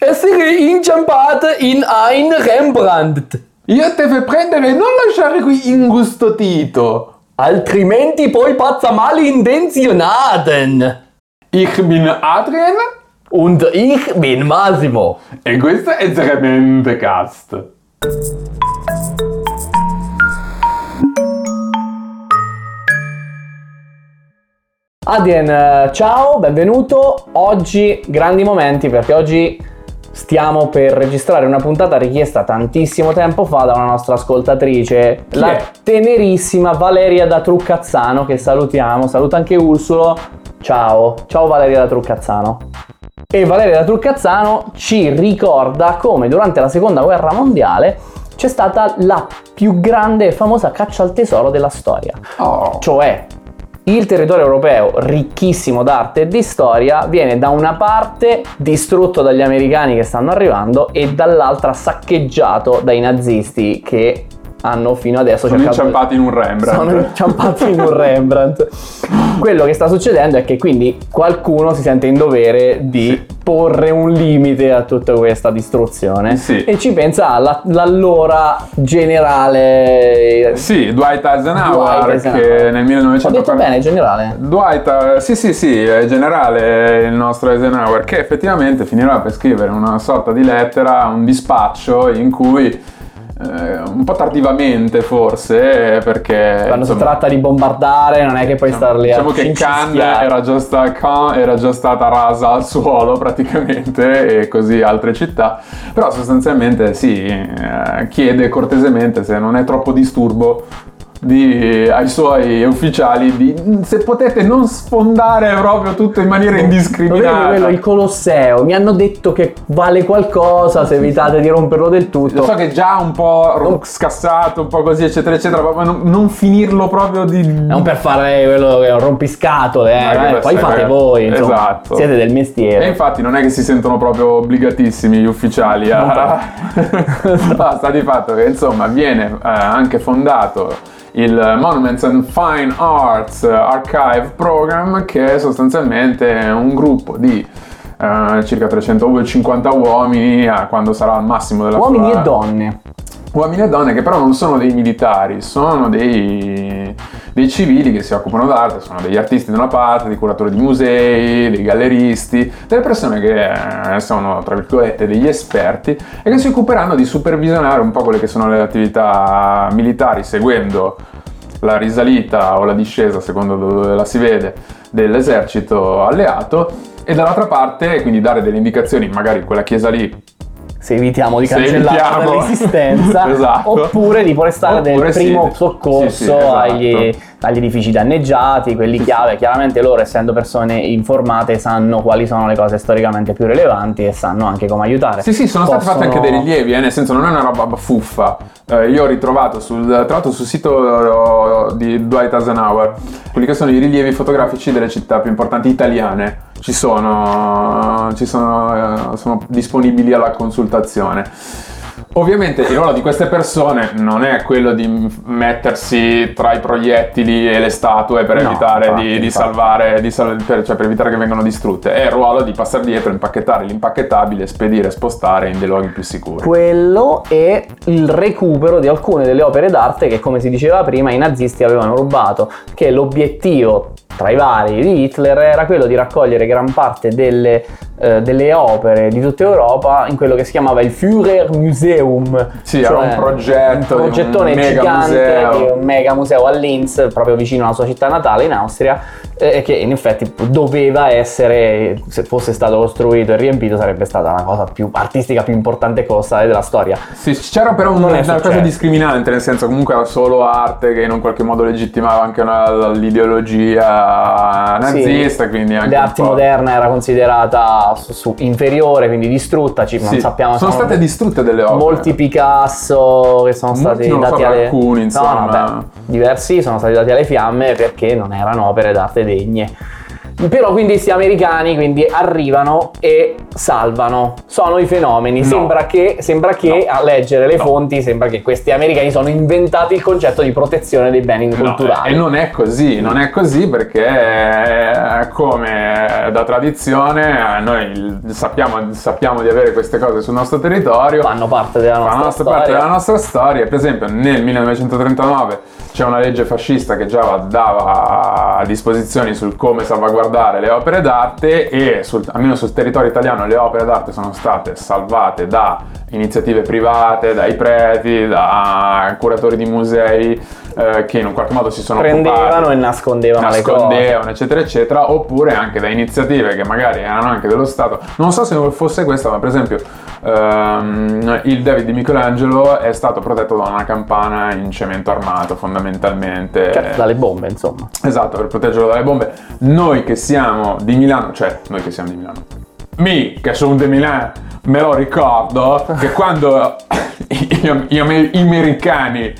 essere inciampato in ein Rembrandt. Io te fai prendere e non lasciare qui ingustotito. Altrimenti poi pazza malintenzionaten. Ich bin Adrian. Und ich bin Massimo. E questo è Seriamente Cast. Adrien, ciao, benvenuto. Oggi grandi momenti perché oggi stiamo per registrare una puntata richiesta tantissimo tempo fa da una nostra ascoltatrice, la tenerissima Valeria da Truccazzano, che salutiamo. Saluta anche Ursulo. Ciao Valeria da Truccazzano. E Valeria da Truccazzano ci ricorda come durante la seconda guerra mondiale c'è stata la più grande e famosa caccia al tesoro della storia. Cioè, il territorio europeo, ricchissimo d'arte e di storia, viene da una parte distrutto dagli americani che stanno arrivando e dall'altra saccheggiato dai nazisti che hanno fino adesso sono inciampati in un Rembrandt. Quello che sta succedendo è che quindi qualcuno si sente in dovere di porre un limite a tutta questa distruzione e ci pensa l'allora generale Dwight Eisenhower, che nel 1940 ho detto bene generale generale, il nostro Eisenhower, che effettivamente finirà per scrivere una sorta di lettera, un dispaccio in cui un po' tardivamente forse, perché quando si tratta di bombardare non è che puoi star lì a che Cannes era già stata rasa al suolo praticamente, e così altre città, però sostanzialmente chiede cortesemente, se non è troppo disturbo, ai suoi ufficiali se potete non sfondare proprio tutto in maniera indiscriminata. Quello, il Colosseo, mi hanno detto che vale qualcosa se evitate di romperlo del tutto. Lo so che è già un po' scassato, un po' così eccetera eccetera, ma non finirlo proprio non per fare quello che è un rompiscatole, poi fate voi, insomma, esatto. Siete del mestiere. E infatti non è che si sentono proprio obbligatissimi gli ufficiali sta di fatto che insomma viene anche fondato il Monuments and Fine Arts Archive Program, che è sostanzialmente un gruppo di circa 350 uomini, quando sarà al massimo della uomini sua... e donne. Uomini e donne che però non sono dei militari, sono dei civili che si occupano d'arte, sono degli artisti da una parte, dei curatori di musei, dei galleristi, delle persone che sono, tra virgolette, degli esperti e che si occuperanno di supervisionare un po' quelle che sono le attività militari, seguendo la risalita o la discesa, secondo dove la si vede, dell'esercito alleato, e dall'altra parte quindi dare delle indicazioni, magari quella chiesa lì se evitiamo di cancellarla dall'esistenza, esatto. Oppure di prestare del primo soccorso esatto. agli edifici danneggiati, quelli chiave. Chiaramente loro, essendo persone informate, sanno quali sono le cose storicamente più rilevanti e sanno anche come aiutare. Sono stati fatti anche dei rilievi, nel senso non è una roba fuffa. Io ho ritrovato sul sito di Dwight Eisenhower quelli che sono i rilievi fotografici delle città più importanti italiane. Sono disponibili alla consultazione. Ovviamente il ruolo di queste persone non è quello di mettersi tra i proiettili e le statue per evitare di salvare, cioè per evitare che vengano distrutte. È il ruolo di passare dietro, impacchettare l'impacchettabile, spedire, spostare in dei luoghi più sicuri. Quello è il recupero di alcune delle opere d'arte che, come si diceva prima, i nazisti avevano rubato, che l'obiettivo tra i vari di Hitler era quello di raccogliere gran parte delle opere di tutta Europa in quello che si chiamava il Führer Museum. Era un progettone gigante di un mega museo a Linz, proprio vicino alla sua città natale in Austria, che in effetti doveva essere, se fosse stato costruito e riempito, sarebbe stata la cosa più artistica, più importante cosa della storia. C'era però una cosa discriminante, nel senso comunque era solo arte che in un qualche modo legittimava anche l'ideologia nazista, quindi anche l'arte moderna era considerata inferiore, quindi distrutta. Non sappiamo, sono state distrutte delle opere, molti Picasso che sono stati dati alcuni, insomma. diversi sono stati dati alle fiamme perché non erano opere d'arte degne. Però quindi questi americani quindi arrivano e salvano, sono i fenomeni. No. Sembra che No. a leggere le No. fonti sembra che questi americani sono inventati il concetto di protezione dei beni culturali. E non è così perché come da tradizione noi sappiamo di avere queste cose sul nostro territorio, Fanno parte della nostra parte storia. della nostra storia. Per esempio nel 1939 c'è una legge fascista che già dava disposizioni sul come salvaguardare le opere d'arte e almeno sul territorio italiano le opere d'arte sono state salvate da iniziative private, dai preti, da curatori di musei che in un qualche modo si sono Prendevano occupati, e nascondevano le cose. eccetera eccetera, oppure anche da iniziative che magari erano anche dello Stato. Non so se fosse questa, ma per esempio il David di Michelangelo è stato protetto da una campana in cemento armato fondamentalmente. Certo, dalle bombe, insomma. Esatto, per proteggerlo dalle bombe. Noi che siamo di Milano, mi che sono di Milano, me lo ricordo che quando gli americani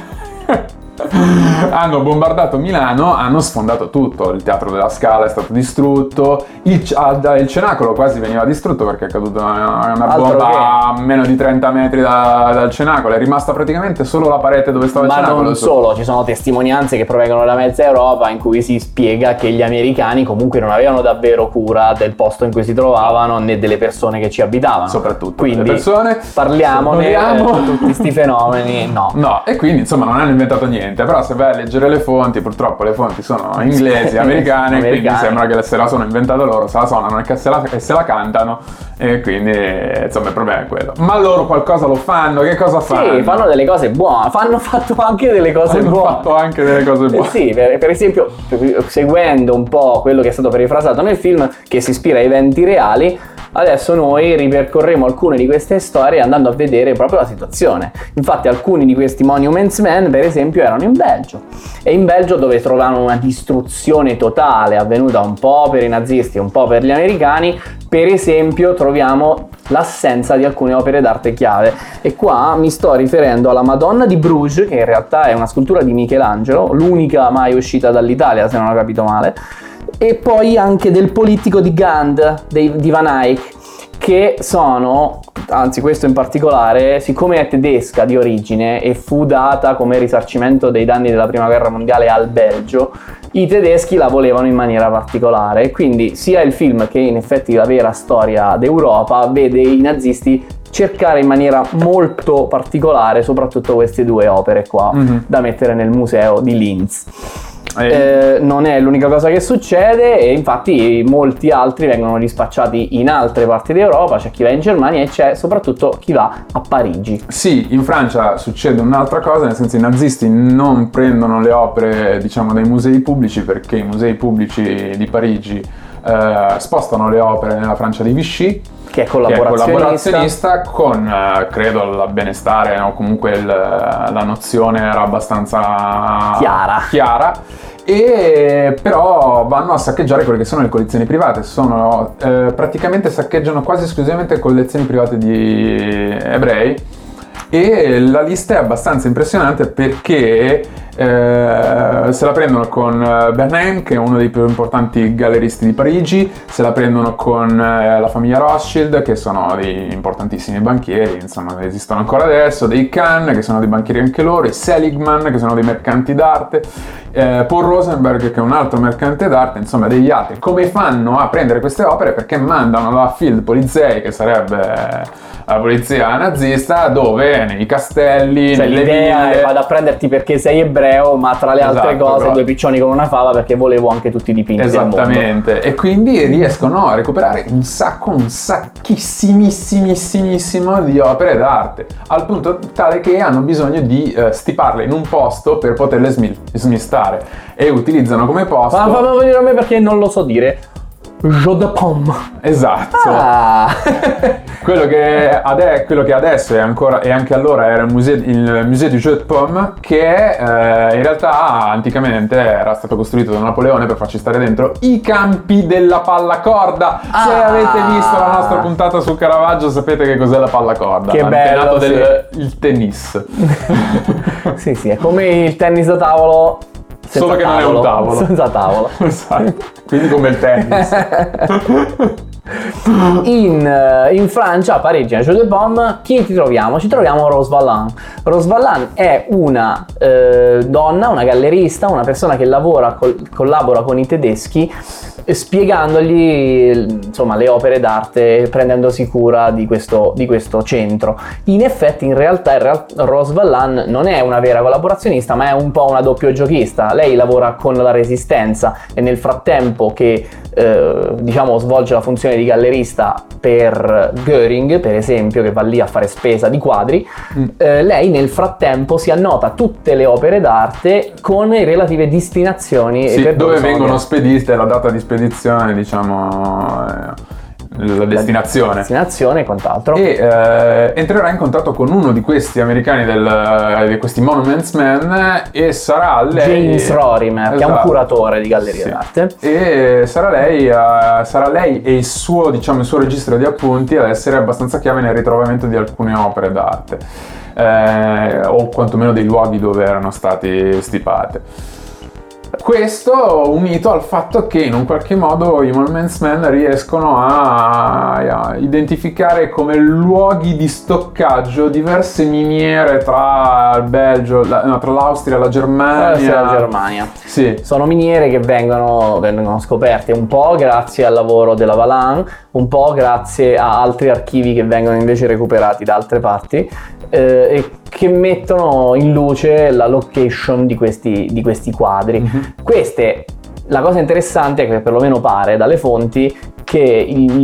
hanno bombardato Milano, hanno sfondato tutto. Il Teatro della Scala è stato distrutto, il Cenacolo quasi veniva distrutto perché è caduta una bomba a meno di 30 metri dal Cenacolo. È rimasta praticamente solo la parete dove stava il Cenacolo. Ma non solo, ci sono testimonianze che provengono da mezza Europa in cui si spiega che gli americani comunque non avevano davvero cura del posto in cui si trovavano né delle persone che ci abitavano. Soprattutto quindi le persone. parliamone di tutti questi fenomeni. No, e quindi insomma non hanno inventato niente. Però se vai a leggere le fonti, purtroppo le fonti sono inglesi, americane, quindi sembra che se la sono inventata loro, se la suonano e se la cantano, e quindi insomma il problema è quello. Ma loro qualcosa lo fanno, che cosa fanno? Sì, fanno delle cose buone, hanno fatto anche delle cose buone. Sì, per esempio, seguendo un po' quello che è stato perifrasato nel film, che si ispira a eventi reali, adesso noi ripercorremo alcune di queste storie andando a vedere proprio la situazione. Infatti alcuni di questi Monuments Men, per esempio, erano in Belgio. E in Belgio, dove trovavano una distruzione totale avvenuta un po' per i nazisti e un po' per gli americani, per esempio troviamo l'assenza di alcune opere d'arte chiave. E qua mi sto riferendo alla Madonna di Bruges, che in realtà è una scultura di Michelangelo, l'unica mai uscita dall'Italia, se non ho capito male, e poi anche del Polittico di Gand di Van Eyck, che sono, anzi questo in particolare, siccome è tedesca di origine e fu data come risarcimento dei danni della prima guerra mondiale al Belgio, i tedeschi la volevano in maniera particolare, e quindi sia il film che in effetti la vera storia d'Europa vede i nazisti cercare in maniera molto particolare soprattutto queste due opere qua, da mettere nel museo di Linz. Non è l'unica cosa che succede, e infatti molti altri vengono dispacciati in altre parti d'Europa. C'è chi va in Germania e c'è soprattutto chi va a Parigi. Sì, in Francia succede un'altra cosa, nel senso i nazisti non prendono le opere, diciamo, dai musei pubblici, perché i musei pubblici di Parigi spostano le opere nella Francia di Vichy, che è collaborazionista con credo la benestare o comunque la nozione era abbastanza chiara. E però vanno a saccheggiare quelle che sono le collezioni private. Praticamente saccheggiano quasi esclusivamente collezioni private di ebrei, e la lista è abbastanza impressionante perché se la prendono con Bernheim, che è uno dei più importanti galleristi di Parigi, se la prendono con la famiglia Rothschild, che sono dei importantissimi banchieri, insomma esistono ancora adesso, dei Kahn, che sono dei banchieri anche loro, i Seligman, che sono dei mercanti d'arte, Paul Rosenberg, che è un altro mercante d'arte, insomma degli altri. Come fanno a prendere queste opere? Perché mandano la Field Polizei, che sarebbe la polizia nazista, dove nei castelli, cioè nelle l'idea ville, è vado a prenderti perché sei ebreo, ma tra le altre cose due piccioni con una fava, perché volevo anche tutti i dipinti del mondo. Esattamente, e quindi riescono a recuperare un sacchissimissimissimo di opere d'arte, al punto tale che hanno bisogno di stiparle in un posto per poterle smistare, e utilizzano come posto... Ma fammi venire a me perché non lo so dire. Jeu de Paume. Esatto. Quello che adesso e anche allora era il Musée du Jeu de Paume, che in realtà anticamente era stato costruito da Napoleone per farci stare dentro i campi della pallacorda. Se avete visto la nostra puntata su Caravaggio sapete che cos'è la pallacorda. Che bello, il tennis. Sì, è come il tennis da tavolo Solo che non è un tavolo. Senza tavolo. Esatto. Quindi come il tennis. In Francia, a Parigi, a Jeu de Paume, chi ci troviamo? Ci troviamo Rose Valland. Rose Valland è una donna, una gallerista, una persona che collabora con i tedeschi, spiegandogli insomma le opere d'arte, prendendosi cura di questo centro. In effetti, in realtà Rose Valland non è una vera collaborazionista, ma è un po' una doppio giochista. Lei lavora con la Resistenza e nel frattempo che svolge la funzione di gallerista per Göring, per esempio, che va lì a fare spesa di quadri, lei nel frattempo si annota tutte le opere d'arte con le relative destinazioni, sì, e dove vengono spedite, la data di spedizione, la destinazione e quant'altro, e entrerà in contatto con uno di questi americani di questi Monuments Men, e sarà lei, James Rorimer, esatto, che è un curatore di gallerie d'arte, e sarà lei e il suo registro di appunti ad essere abbastanza chiave nel ritrovamento di alcune opere d'arte, o quantomeno dei luoghi dove erano state stipate. Questo unito al fatto che in un qualche modo i Monuments Men riescono a identificare come luoghi di stoccaggio diverse miniere tra il Belgio, tra l'Austria e la Germania. Sì. Sono miniere che vengono scoperte un po' grazie al lavoro della Valland, un po' grazie a altri archivi che vengono invece recuperati da altre parti, e che mettono in luce la location di questi quadri. Mm-hmm. La cosa interessante è che perlomeno pare dalle fonti che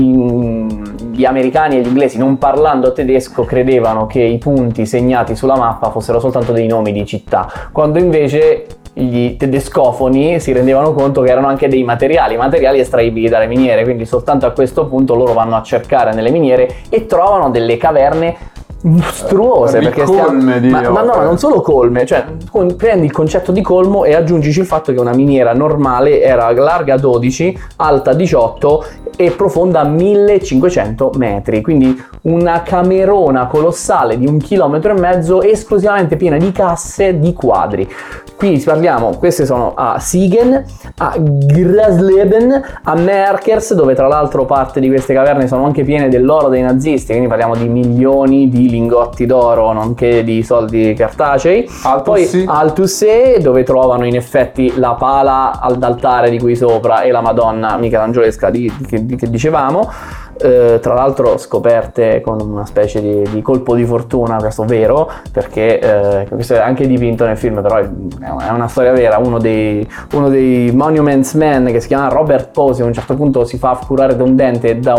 gli americani e gli inglesi, non parlando tedesco, credevano che i punti segnati sulla mappa fossero soltanto dei nomi di città, quando invece gli tedescofoni si rendevano conto che erano anche dei materiali estraibili dalle miniere, quindi soltanto a questo punto loro vanno a cercare nelle miniere e trovano delle caverne mostruose, perché ma non solo colme, cioè prendi il concetto di colmo e aggiungici il fatto che una miniera normale era larga 12, alta 18 e profonda 1500 metri, quindi una camerona colossale di 1,5 chilometri esclusivamente piena di casse di quadri. Qui parliamo, queste sono a Siegen, a Grasleben, a Merkers, dove tra l'altro parte di queste caverne sono anche piene dell'oro dei nazisti, quindi parliamo di milioni di lingotti d'oro, nonché di soldi cartacei. Poi Altusee, dove trovano in effetti la pala d'altare di qui sopra e la Madonna michelangiolesca che dicevamo. Tra l'altro scoperte con una specie di colpo di fortuna, questo vero, perché questo è anche dipinto nel film, però è una storia vera. Uno dei Monuments Men, che si chiama Robert Posey, a un certo punto si fa curare da un dente da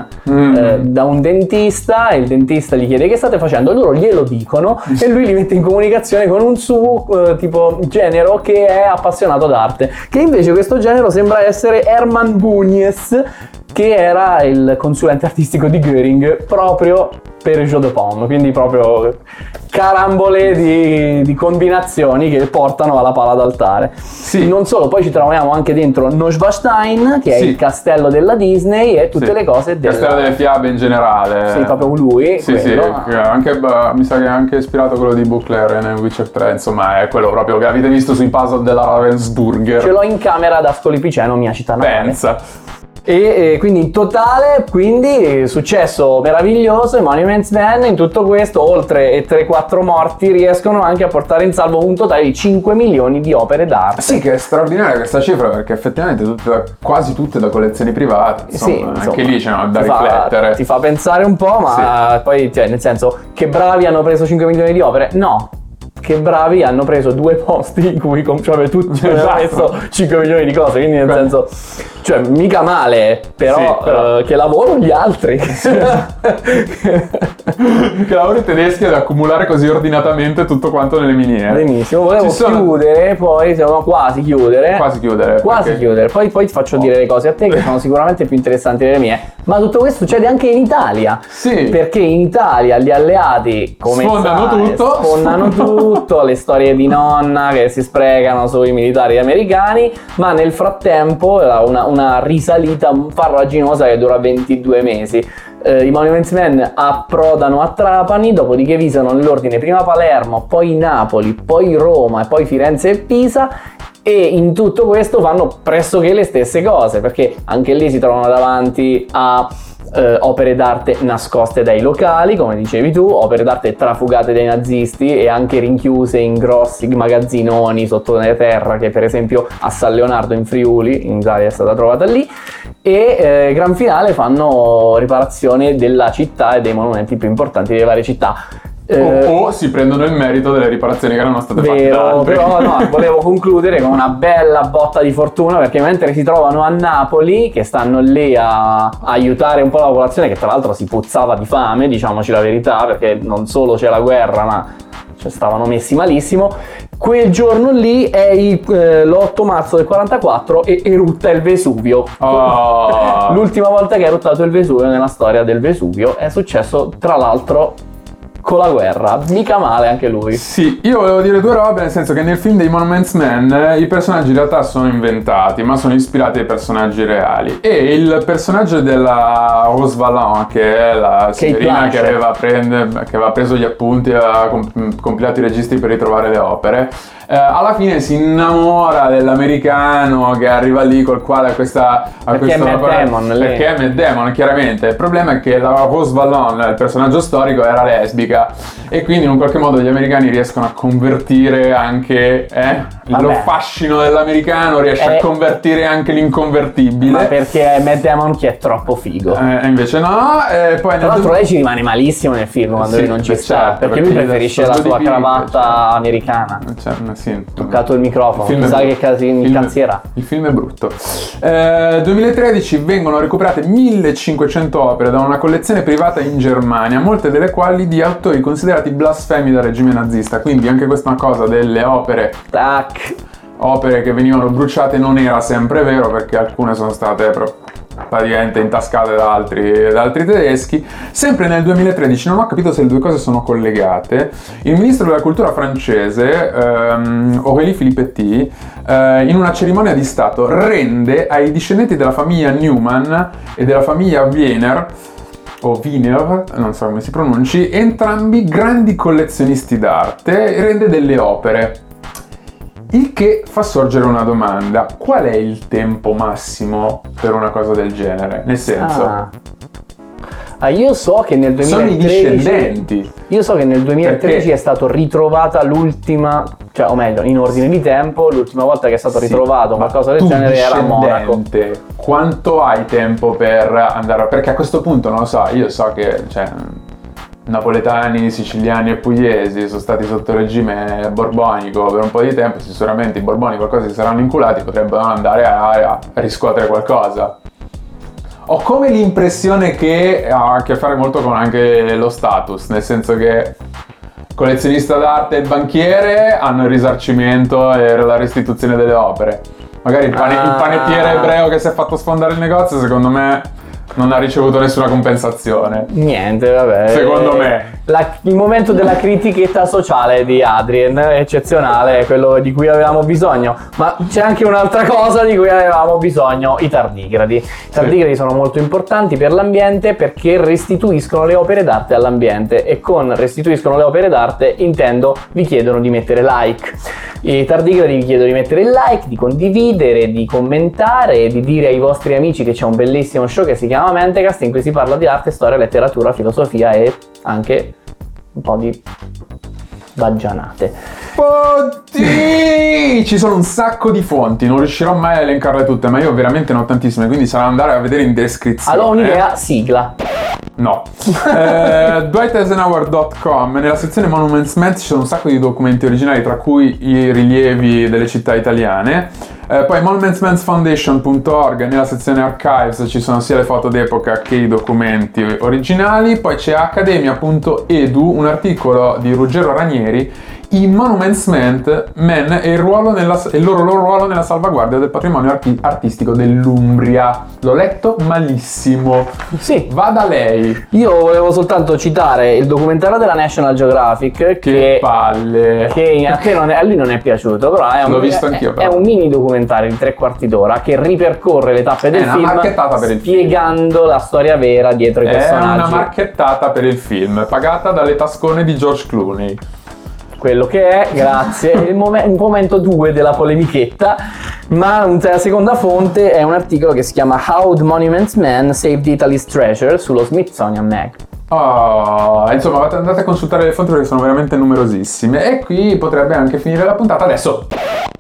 un dentista, e il dentista gli chiede: che state facendo? E loro glielo dicono e lui li mette in comunicazione con un suo tipo genero che è appassionato d'arte, che invece questo genero sembra essere Hermann Bunies, che era il consulente artistico di Göring proprio per il Jeu de Paume, quindi proprio carambole di combinazioni che portano alla pala d'altare. Sì. Non solo, poi ci troviamo anche dentro Neuschwanstein, che è il castello della Disney, e tutte le cose del castello delle fiabe in generale. Sì, proprio lui. Sì, anche, mi sa che è anche ispirato quello di Buchler nel Witcher 3, insomma è quello proprio che avete visto sui puzzle della Ravensburger. Ce l'ho in camera ad Ascoli Piceno, mia città natale. Pensa. E quindi in totale, successo meraviglioso. I Monuments Men in tutto questo, oltre ai 3-4 morti, riescono anche a portare in salvo un totale di 5 milioni di opere d'arte. Sì, che è straordinaria questa cifra, perché effettivamente quasi tutte da collezioni private, insomma, anche lì c'è da riflettere. Ti fa pensare un po', ma poi nel senso, che bravi hanno preso 5 milioni di opere? No. Che bravi hanno preso 2 posti in cui tutti hanno messo 5 milioni di cose, quindi nel senso, cioè mica male, però. Che lavoro gli altri. Che lavoro i tedeschi ad accumulare così ordinatamente tutto quanto nelle miniere. Benissimo, volevo chiudere, poi siamo quasi chiudere. Poi ti faccio dire le cose a te che sono sicuramente più interessanti delle mie. Ma tutto questo succede anche in Italia. Sì. Perché in Italia gli alleati, come sfondano tutto, le storie di nonna che si sprecano sui militari americani, ma nel frattempo una risalita farraginosa che dura 22 mesi. I Monuments Men approdano a Trapani, dopodiché visitano nell'ordine prima Palermo, poi Napoli, poi Roma e poi Firenze e Pisa, E in tutto questo fanno pressoché le stesse cose, perché anche lì si trovano davanti a opere d'arte nascoste dai locali, come dicevi tu, opere d'arte trafugate dai nazisti e anche rinchiuse in grossi magazzinoni sotto la terra, che per esempio a San Leonardo in Friuli, in Italia, è stata trovata lì. E gran finale fanno riparazione della città e dei monumenti più importanti delle varie città. O si prendono il merito delle riparazioni che erano state fatte da altri. Però no, volevo concludere con una bella botta di fortuna, perché mentre si trovano a Napoli, che stanno lì a aiutare un po' la popolazione, che tra l'altro si puzzava di fame, diciamoci la verità, perché non solo c'è la guerra, ma stavano messi malissimo. Quel giorno lì è l'8 marzo del 44 e erutta il Vesuvio. L'ultima volta che è eruttato il Vesuvio nella storia del Vesuvio è successo, tra l'altro, con la guerra. Mica male anche lui. Sì, io volevo dire due robe, nel senso che nel film dei Monuments Men i personaggi in realtà sono inventati, ma sono ispirati ai personaggi reali. E il personaggio della Rose Valland, che è la signorina che aveva preso gli appunti e aveva compilato i registri per ritrovare le opere, alla fine si innamora dell'americano che arriva lì, col quale perché è Matt Damon, chiaramente. Il problema è che la Rose Valland, il personaggio storico, era lesbica, e quindi in un qualche modo gli americani riescono a convertire anche lo fascino dell'americano, riesce a convertire anche l'inconvertibile. Ma perché Matt Damon che è troppo figo. Invece no. Poi tra l'altro lei ci rimane malissimo nel film quando lui non ci sta, perché lui preferisce la sua cravatta americana. Toccato il microfono, chissà che cazzierà. Il film è brutto. 2013 vengono recuperate 1500 opere da una collezione privata in Germania, molte delle quali di autori considerati blasfemi dal regime nazista. Quindi anche questa cosa delle opere che venivano bruciate non era sempre vero, perché alcune sono state praticamente intascate da altri tedeschi. Sempre nel 2013, non ho capito se le due cose sono collegate, il ministro della cultura francese Aurélie Filippetti in una cerimonia di stato rende ai discendenti della famiglia Newman e della famiglia Wiener, non so come si pronunci, entrambi grandi collezionisti d'arte, rende delle opere. Il che fa sorgere una domanda: qual è il tempo massimo per una cosa del genere? Nel senso, io so che nel 2013 sono i discendenti. Io so che nel 2013 è stato ritrovata l'ultima, cioè o meglio, in ordine di tempo, l'ultima volta che è stato ritrovato qualcosa del genere era a Monaco. Quanto hai tempo per andare? Perché a questo punto non lo so, io so che napoletani, siciliani e pugliesi sono stati sotto regime borbonico per un po' di tempo, sicuramente i borboni qualcosa si saranno inculati, potrebbero andare a riscuotere qualcosa. Ho come l'impressione che ha a che fare molto con anche lo status, nel senso che collezionista d'arte e banchiere hanno il risarcimento e la restituzione delle opere. Magari il panettiere ebreo che si è fatto sfondare il negozio, secondo me non ha ricevuto nessuna compensazione. Niente, vabbè. Secondo me. Il momento della critichetta sociale di Adrien è eccezionale, è quello di cui avevamo bisogno. Ma c'è anche un'altra cosa di cui avevamo bisogno: i tardigradi. I tardigradi sono molto importanti per l'ambiente perché restituiscono le opere d'arte all'ambiente, e con restituiscono le opere d'arte intendo vi chiedono di mettere like. I tardigradi vi chiedono di mettere il like, di condividere, di commentare e di dire ai vostri amici che c'è un bellissimo show che si chiama Mentecast, in cui si parla di arte, storia, letteratura, filosofia e anche un po' di baggianate. Ci sono un sacco di fonti, non riuscirò mai a elencarle tutte, ma io veramente ne ho tantissime, quindi sarà andare a vedere in descrizione. Allora un'idea, sigla. No. DwightEisenhower.com, nella sezione Monuments Men ci sono un sacco di documenti originali, tra cui i rilievi delle città italiane. Poi monumentsmenfoundation.org, nella sezione Archives ci sono sia le foto d'epoca che i documenti originali. Poi c'è academia.edu, un articolo di Ruggero Ranieri, i Monuments Men e il loro ruolo nella salvaguardia del patrimonio artistico dell'Umbria. L'ho letto malissimo. Sì. Vada lei. Io volevo soltanto citare il documentario della National Geographic che palle. Che a lui non è piaciuto, però l'ho visto anch'io, è un mini documentario di 3/4 d'ora che ripercorre le tappe del film spiegando la storia vera dietro i personaggi. È una marchettata per il film, pagata dalle tascone di George Clooney. quello che è, grazie. Il momento 2 della polemichetta. Ma la seconda fonte è un articolo che si chiama How the Monuments Man Saved Italy's Treasure sullo Smithsonian Mag. Insomma, andate a consultare le fonti perché sono veramente numerosissime. E qui potrebbe anche finire la puntata adesso.